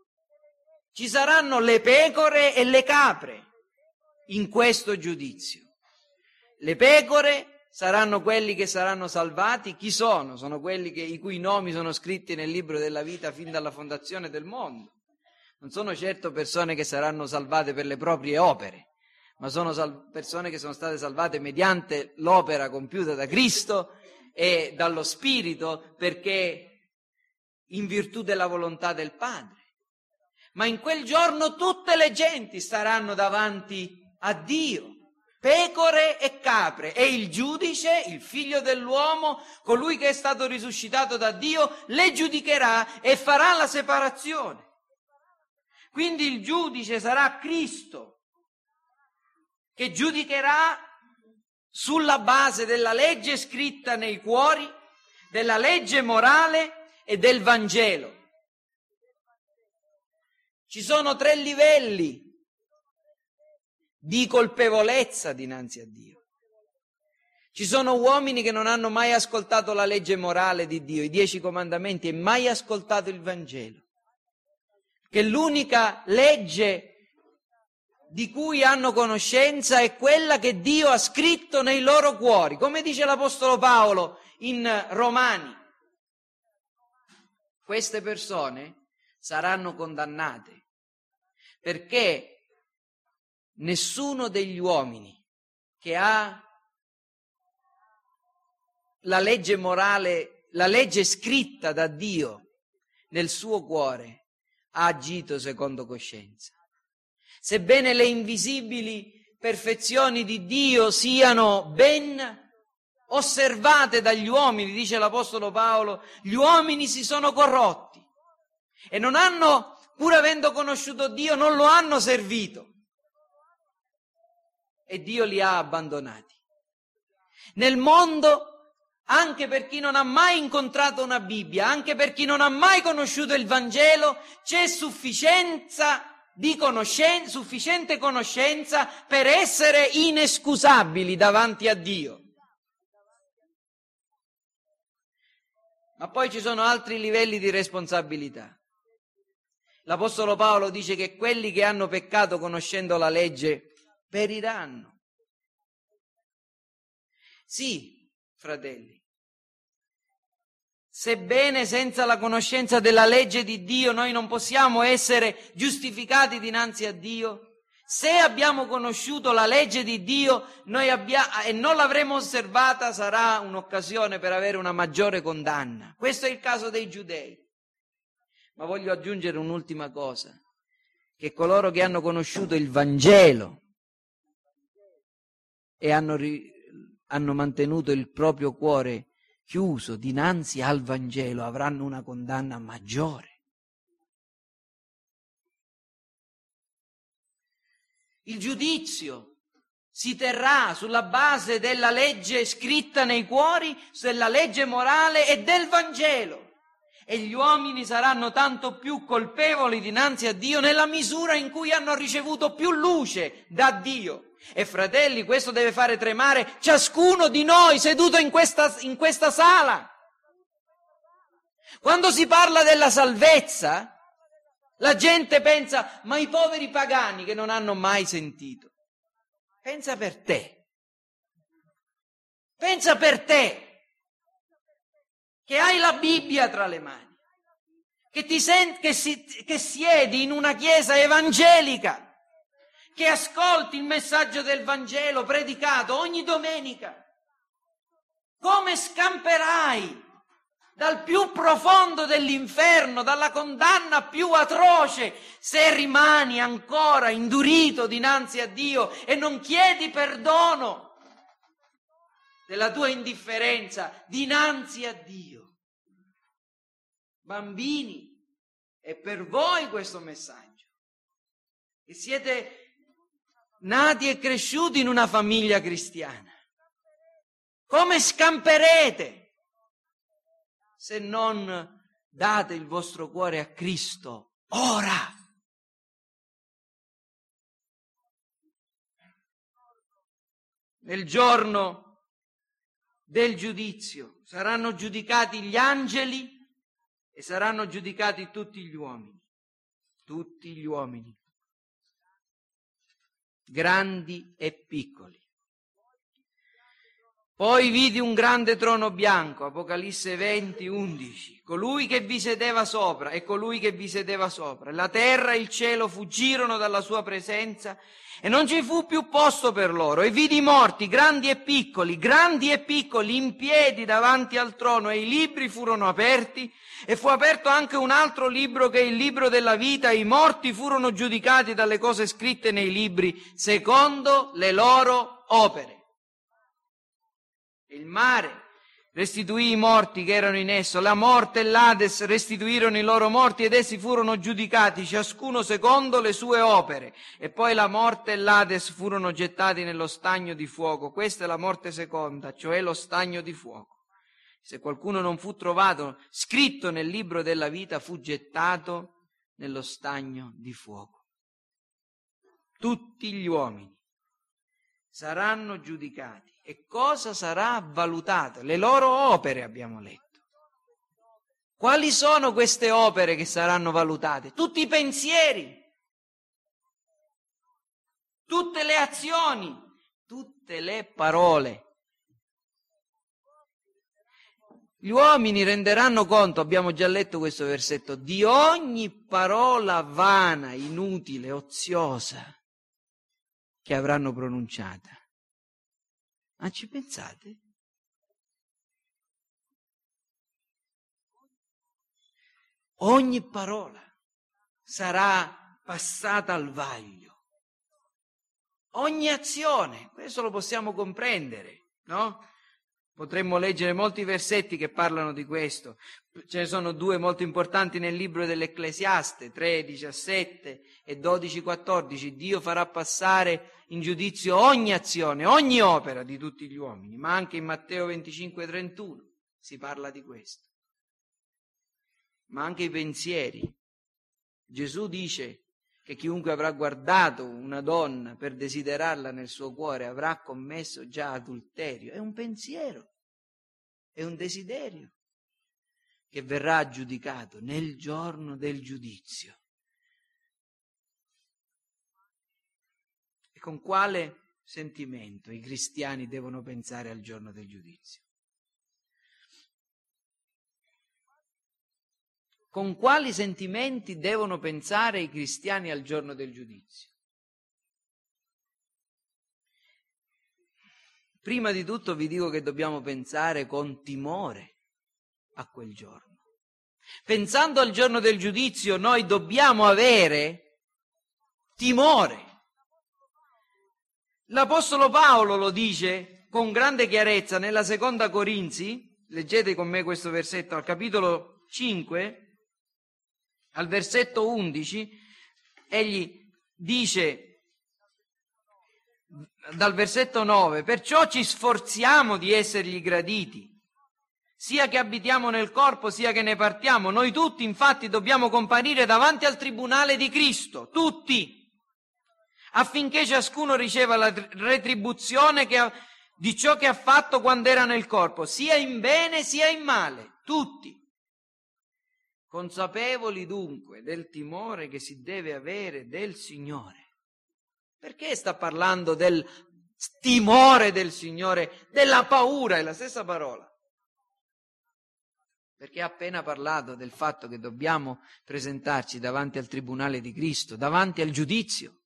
Ci saranno le pecore e le capre in questo giudizio. Le pecore saranno quelli che saranno salvati. Chi sono? Sono quelli i cui nomi sono scritti nel libro della vita fin dalla fondazione del mondo. Non sono certo persone che saranno salvate per le proprie opere, ma sono persone che sono state salvate mediante l'opera compiuta da Cristo e dallo Spirito, perché in virtù della volontà del Padre. Ma in quel giorno tutte le genti staranno davanti a Dio, pecore e capre, e il giudice, il Figlio dell'uomo, colui che è stato risuscitato da Dio, le giudicherà e farà la separazione. Quindi il giudice sarà Cristo, che giudicherà sulla base della legge scritta nei cuori, della legge morale e del Vangelo. Ci sono 3 livelli di colpevolezza dinanzi a Dio. Ci sono uomini che non hanno mai ascoltato la legge morale di Dio, i 10 comandamenti, e mai ascoltato il Vangelo. Che l'unica legge di cui hanno conoscenza è quella che Dio ha scritto nei loro cuori. Come dice l'Apostolo Paolo in Romani, queste persone saranno condannate, perché nessuno degli uomini che ha la legge morale, la legge scritta da Dio nel suo cuore, ha agito secondo coscienza. Sebbene le invisibili perfezioni di Dio siano ben osservate dagli uomini, dice l'Apostolo Paolo, gli uomini si sono corrotti e non hanno, pur avendo conosciuto Dio, non lo hanno servito e Dio li ha abbandonati. Nel mondo, anche per chi non ha mai incontrato una Bibbia, anche per chi non ha mai conosciuto il Vangelo, c'è sufficienza di sufficiente conoscenza per essere inescusabili davanti a Dio. Ma poi ci sono altri livelli di responsabilità. L'Apostolo Paolo dice che quelli che hanno peccato conoscendo la legge periranno. Sì, fratelli, sebbene senza la conoscenza della legge di Dio noi non possiamo essere giustificati dinanzi a Dio, se abbiamo conosciuto la legge di Dio e non l'avremo osservata, sarà un'occasione per avere una maggiore condanna. Questo è il caso dei giudei. Ma voglio aggiungere un'ultima cosa, che coloro che hanno conosciuto il Vangelo e hanno mantenuto il proprio cuore chiuso dinanzi al Vangelo avranno una condanna maggiore. Il giudizio si terrà sulla base della legge scritta nei cuori, della legge morale e del Vangelo. E gli uomini saranno tanto più colpevoli dinanzi a Dio nella misura in cui hanno ricevuto più luce da Dio. E fratelli, questo deve fare tremare ciascuno di noi seduto in questa sala. Quando si parla della salvezza, la gente pensa, ma i poveri pagani che non hanno mai sentito. Pensa per te. Pensa per te. Che hai la Bibbia tra le mani, che siedi in una chiesa evangelica, che ascolti il messaggio del Vangelo predicato ogni domenica. Come scamperai dal più profondo dell'inferno, dalla condanna più atroce, se rimani ancora indurito dinanzi a Dio e non chiedi perdono della tua indifferenza dinanzi a Dio. Bambini, è per voi questo messaggio, che siete nati e cresciuti in una famiglia cristiana. Come scamperete se non date il vostro cuore a Cristo ora? Nel giorno del giudizio saranno giudicati gli angeli e saranno giudicati tutti gli uomini, grandi e piccoli. Poi vidi un grande trono bianco, Apocalisse 20:11, colui che vi sedeva sopra e colui che vi sedeva sopra. La terra e il cielo fuggirono dalla sua presenza e non ci fu più posto per loro. E vidi i morti, grandi e piccoli, in piedi davanti al trono, e i libri furono aperti, e fu aperto anche un altro libro che è il libro della vita, e i morti furono giudicati dalle cose scritte nei libri, secondo le loro opere. Il mare restituì i morti che erano in esso, la morte e l'Ades restituirono i loro morti, ed essi furono giudicati, ciascuno secondo le sue opere. E poi la morte e l'Ades furono gettati nello stagno di fuoco. Questa è la morte seconda, cioè lo stagno di fuoco. Se qualcuno non fu trovato scritto nel libro della vita, fu gettato nello stagno di fuoco. Tutti gli uomini saranno giudicati. E cosa sarà valutato? Le loro opere, abbiamo letto. Quali sono queste opere che saranno valutate? Tutti i pensieri, tutte le azioni, tutte le parole. Gli uomini renderanno conto, abbiamo già letto questo versetto, di ogni parola vana, inutile, oziosa che avranno pronunciata. Ma ci pensate? Ogni parola sarà passata al vaglio. Ogni azione, questo lo possiamo comprendere, no? Potremmo leggere molti versetti che parlano di questo. Ce ne sono due molto importanti nel libro dell'Ecclesiaste, 3:17 e 12:14. Dio farà passare in giudizio ogni azione, ogni opera di tutti gli uomini, ma anche in Matteo 25:31 si parla di questo. Ma anche i pensieri. Gesù dice: che chiunque avrà guardato una donna per desiderarla nel suo cuore avrà commesso già adulterio. È un pensiero, è un desiderio che verrà giudicato nel giorno del giudizio. E con quale sentimento i cristiani devono pensare al giorno del giudizio? Con quali sentimenti devono pensare i cristiani al giorno del giudizio? Prima di tutto vi dico che dobbiamo pensare con timore a quel giorno. Pensando al giorno del giudizio, noi dobbiamo avere timore. L'Apostolo Paolo lo dice con grande chiarezza nella seconda Corinzi, leggete con me questo versetto, al capitolo 5, al versetto 11, egli dice, dal versetto 9, perciò ci sforziamo di essergli graditi, sia che abitiamo nel corpo, sia che ne partiamo. Noi tutti, infatti, dobbiamo comparire davanti al tribunale di Cristo, tutti, affinché ciascuno riceva la retribuzione di ciò che ha fatto quando era nel corpo, sia in bene sia in male, tutti. Consapevoli dunque del timore che si deve avere del Signore. Perché sta parlando del timore del Signore, della paura, è la stessa parola? Perché ha appena parlato del fatto che dobbiamo presentarci davanti al tribunale di Cristo, davanti al giudizio.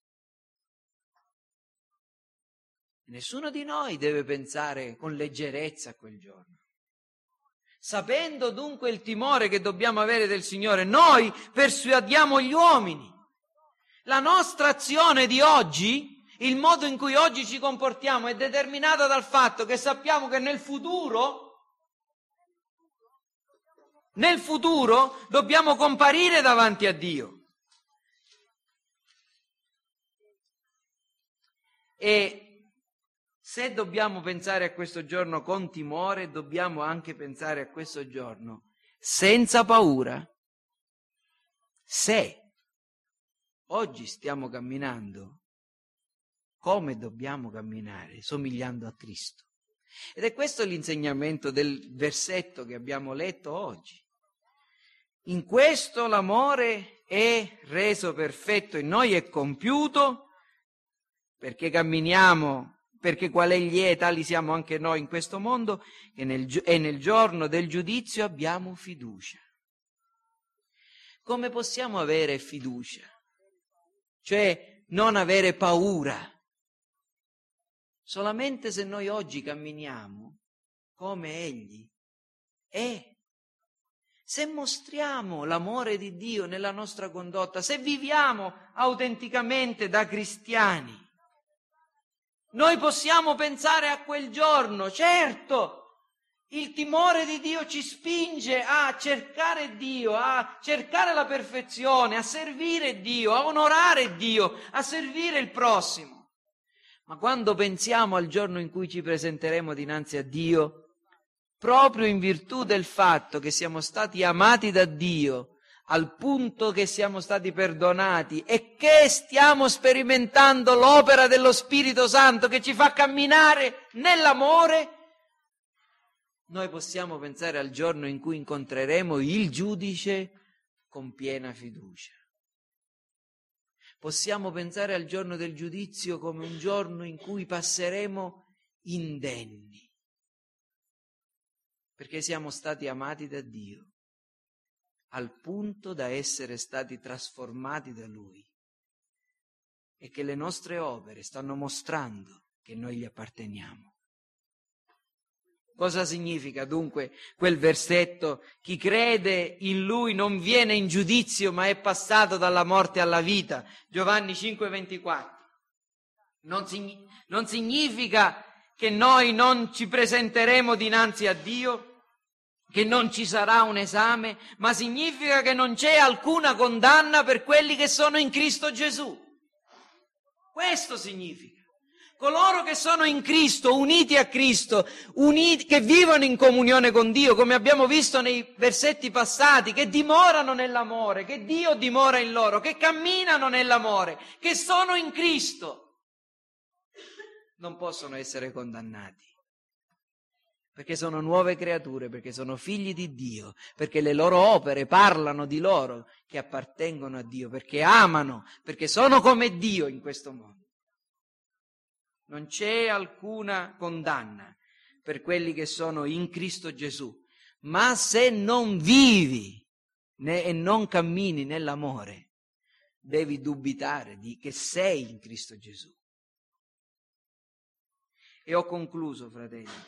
Nessuno di noi deve pensare con leggerezza a quel giorno. Sapendo dunque il timore che dobbiamo avere del Signore, noi persuadiamo gli uomini. La nostra azione di oggi, il modo in cui oggi ci comportiamo, è determinata dal fatto che sappiamo che nel futuro dobbiamo comparire davanti a Dio. E se dobbiamo pensare a questo giorno con timore, dobbiamo anche pensare a questo giorno senza paura. Se oggi stiamo camminando come dobbiamo camminare, somigliando a Cristo. Ed è questo l'insegnamento del versetto che abbiamo letto oggi. In questo l'amore è reso perfetto in noi, è compiuto, perché camminiamo, perché qual egli è, tali siamo anche noi in questo mondo, e nel giorno del giudizio abbiamo fiducia. Come possiamo avere fiducia? Cioè non avere paura? Solamente se noi oggi camminiamo come egli è. Se mostriamo l'amore di Dio nella nostra condotta, se viviamo autenticamente da cristiani, noi possiamo pensare a quel giorno. Certo, il timore di Dio ci spinge a cercare Dio, a cercare la perfezione, a servire Dio, a onorare Dio, a servire il prossimo. Ma quando pensiamo al giorno in cui ci presenteremo dinanzi a Dio, proprio in virtù del fatto che siamo stati amati da Dio, al punto che siamo stati perdonati e che stiamo sperimentando l'opera dello Spirito Santo che ci fa camminare nell'amore, noi possiamo pensare al giorno in cui incontreremo il giudice con piena fiducia. Possiamo pensare al giorno del giudizio come un giorno in cui passeremo indenni, perché siamo stati amati da Dio, al punto da essere stati trasformati da Lui, e che le nostre opere stanno mostrando che noi gli apparteniamo. Cosa significa dunque quel versetto? Chi crede in Lui non viene in giudizio, ma è passato dalla morte alla vita. Giovanni 5,24. Non significa che noi non ci presenteremo dinanzi a Dio, che non ci sarà un esame, ma significa che non c'è alcuna condanna per quelli che sono in Cristo Gesù. Questo significa. Coloro che sono in Cristo, uniti a Cristo, che vivono in comunione con Dio, come abbiamo visto nei versetti passati, che dimorano nell'amore, che Dio dimora in loro, che camminano nell'amore, che sono in Cristo, non possono essere condannati. Perché sono nuove creature, perché sono figli di Dio, perché le loro opere parlano di loro che appartengono a Dio, perché amano, perché sono come Dio in questo mondo. Non c'è alcuna condanna per quelli che sono in Cristo Gesù, ma se non vivi e non cammini nell'amore, devi dubitare di che sei in Cristo Gesù. E ho concluso, fratelli,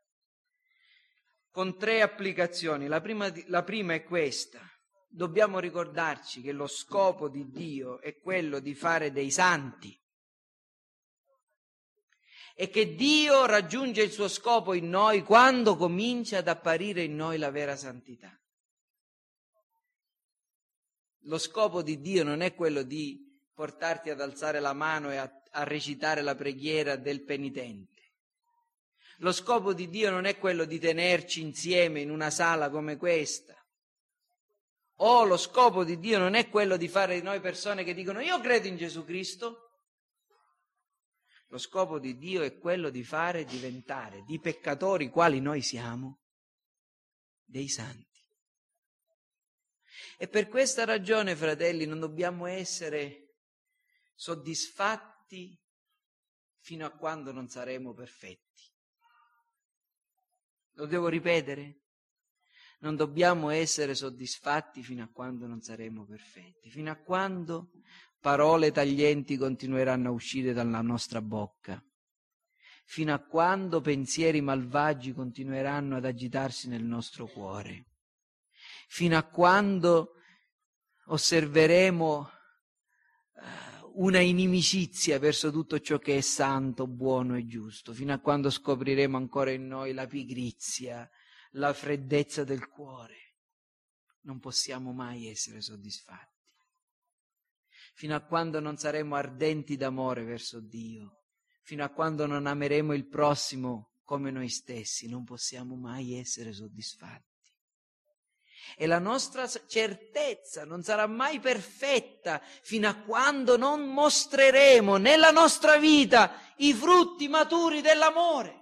con 3 applicazioni. La prima è questa. Dobbiamo ricordarci che lo scopo di Dio è quello di fare dei santi e che Dio raggiunge il suo scopo in noi quando comincia ad apparire in noi la vera santità. Lo scopo di Dio non è quello di portarti ad alzare la mano e a recitare la preghiera del penitente. Lo scopo di Dio non è quello di tenerci insieme in una sala come questa. O lo scopo di Dio non è quello di fare di noi persone che dicono io credo in Gesù Cristo. Lo scopo di Dio è quello di fare diventare di peccatori quali noi siamo dei santi. E per questa ragione, fratelli, non dobbiamo essere soddisfatti fino a quando non saremo perfetti. Lo devo ripetere? Non dobbiamo essere soddisfatti fino a quando non saremo perfetti, fino a quando parole taglienti continueranno a uscire dalla nostra bocca, fino a quando pensieri malvagi continueranno ad agitarsi nel nostro cuore, fino a quando osserveremo una inimicizia verso tutto ciò che è santo, buono e giusto, fino a quando scopriremo ancora in noi la pigrizia, la freddezza del cuore. Non possiamo mai essere soddisfatti. Fino a quando non saremo ardenti d'amore verso Dio, fino a quando non ameremo il prossimo come noi stessi, non possiamo mai essere soddisfatti. E la nostra certezza non sarà mai perfetta fino a quando non mostreremo nella nostra vita i frutti maturi dell'amore.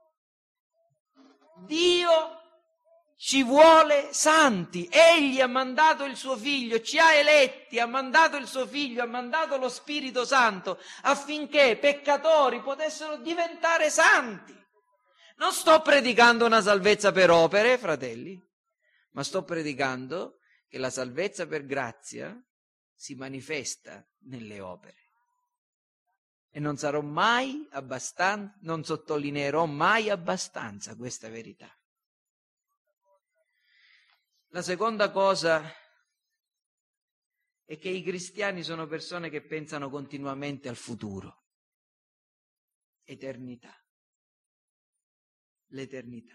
Dio ci vuole santi, Egli ha mandato il suo Figlio, ci ha eletti, ha mandato il suo Figlio, ha mandato lo Spirito Santo affinché peccatori potessero diventare santi. Non sto predicando una salvezza per opere, fratelli, ma sto predicando che la salvezza per grazia si manifesta nelle opere. E non sarò mai abbastanza, non sottolineerò mai abbastanza questa verità. La seconda cosa è che i cristiani sono persone che pensano continuamente al futuro, eternità, l'eternità.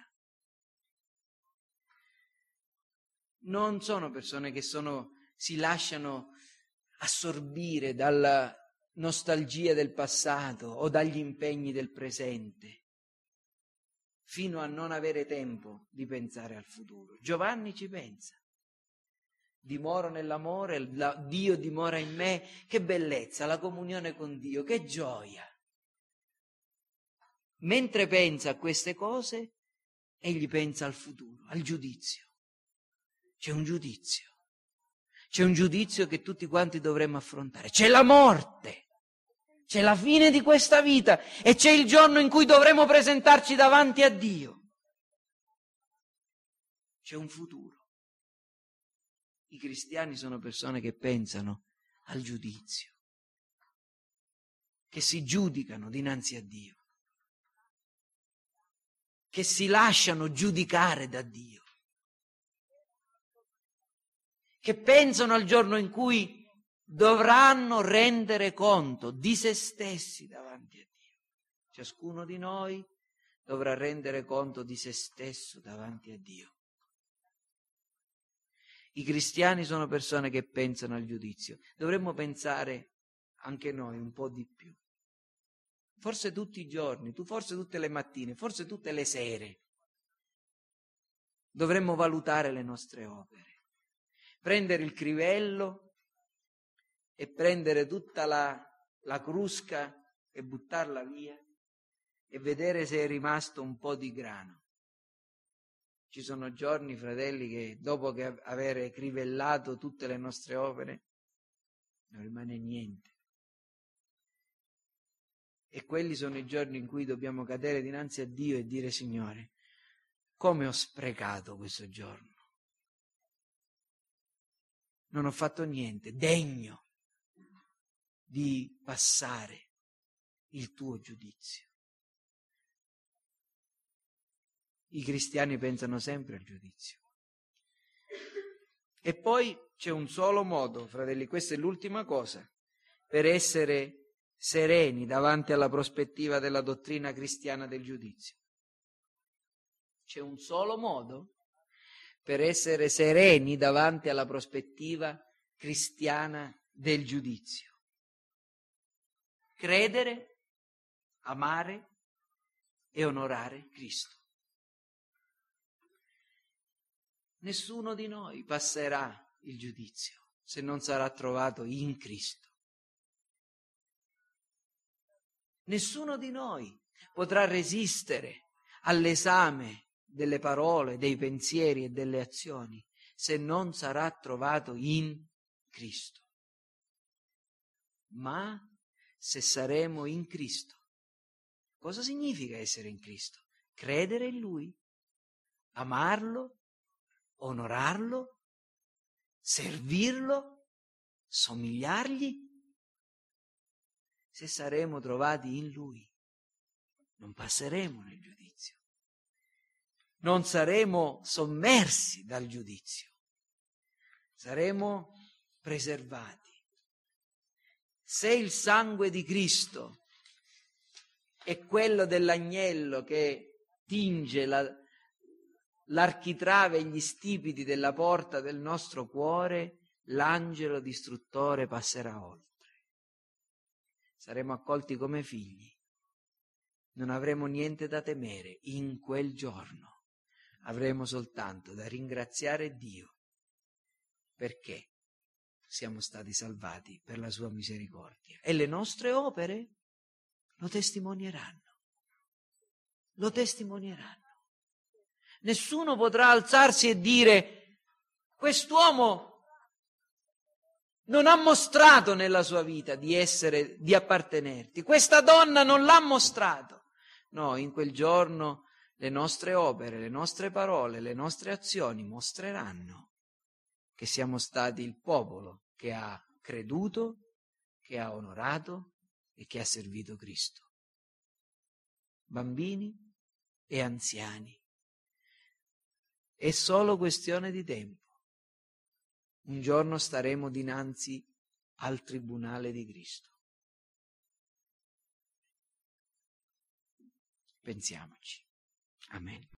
Non sono persone che si lasciano assorbire dalla nostalgia del passato o dagli impegni del presente, fino a non avere tempo di pensare al futuro. Giovanni ci pensa. Dimoro nell'amore, Dio dimora in me, che bellezza, la comunione con Dio, che gioia. Mentre pensa a queste cose, egli pensa al futuro, al giudizio. C'è un giudizio che tutti quanti dovremmo affrontare. C'è la morte, c'è la fine di questa vita e c'è il giorno in cui dovremo presentarci davanti a Dio. C'è un futuro. I cristiani sono persone che pensano al giudizio, che si giudicano dinanzi a Dio, che si lasciano giudicare da Dio, che pensano al giorno in cui dovranno rendere conto di se stessi davanti a Dio. Ciascuno di noi dovrà rendere conto di se stesso davanti a Dio. I cristiani sono persone che pensano al giudizio. Dovremmo pensare anche noi un po' di più. forse tutti i giorni, forse tutte le mattine, forse tutte le sere, dovremmo valutare le nostre opere, prendere il crivello e prendere tutta la crusca e buttarla via e vedere se è rimasto un po' di grano. Ci sono giorni, fratelli, che dopo che avere crivellato tutte le nostre opere non rimane niente. E quelli sono i giorni in cui dobbiamo cadere dinanzi a Dio e dire: Signore, come ho sprecato questo giorno. Non ho fatto niente degno di passare il tuo giudizio. I cristiani pensano sempre al giudizio. E poi c'è un solo modo, fratelli, questa è l'ultima cosa, per essere sereni davanti alla prospettiva della dottrina cristiana del giudizio. C'è un solo modo per essere sereni davanti alla prospettiva cristiana del giudizio. Credere, amare e onorare Cristo. Nessuno di noi passerà il giudizio se non sarà trovato in Cristo. Nessuno di noi potrà resistere all'esame delle parole, dei pensieri e delle azioni se non sarà trovato in Cristo. Ma se saremo in Cristo, cosa significa essere in Cristo? Credere in Lui, amarlo, onorarlo, servirlo, somigliargli. Se saremo trovati in Lui, non passeremo nel giudizio, non saremo sommersi dal giudizio, saremo preservati. Se il sangue di Cristo è quello dell'agnello che tinge l'architrave e gli stipiti della porta del nostro cuore, l'angelo distruttore passerà oltre. Saremo accolti come figli. Non avremo niente da temere in quel giorno. Avremo soltanto da ringraziare Dio perché siamo stati salvati per la sua misericordia. E le nostre opere lo testimonieranno. Lo testimonieranno. Nessuno potrà alzarsi e dire: quest'uomo non ha mostrato nella sua vita di appartenerti. Questa donna non l'ha mostrato. No, in quel giorno le nostre opere, le nostre parole, le nostre azioni mostreranno che siamo stati il popolo che ha creduto, che ha onorato e che ha servito Cristo. Bambini e anziani. È solo questione di tempo. Un giorno staremo dinanzi al tribunale di Cristo. Pensiamoci. Amen.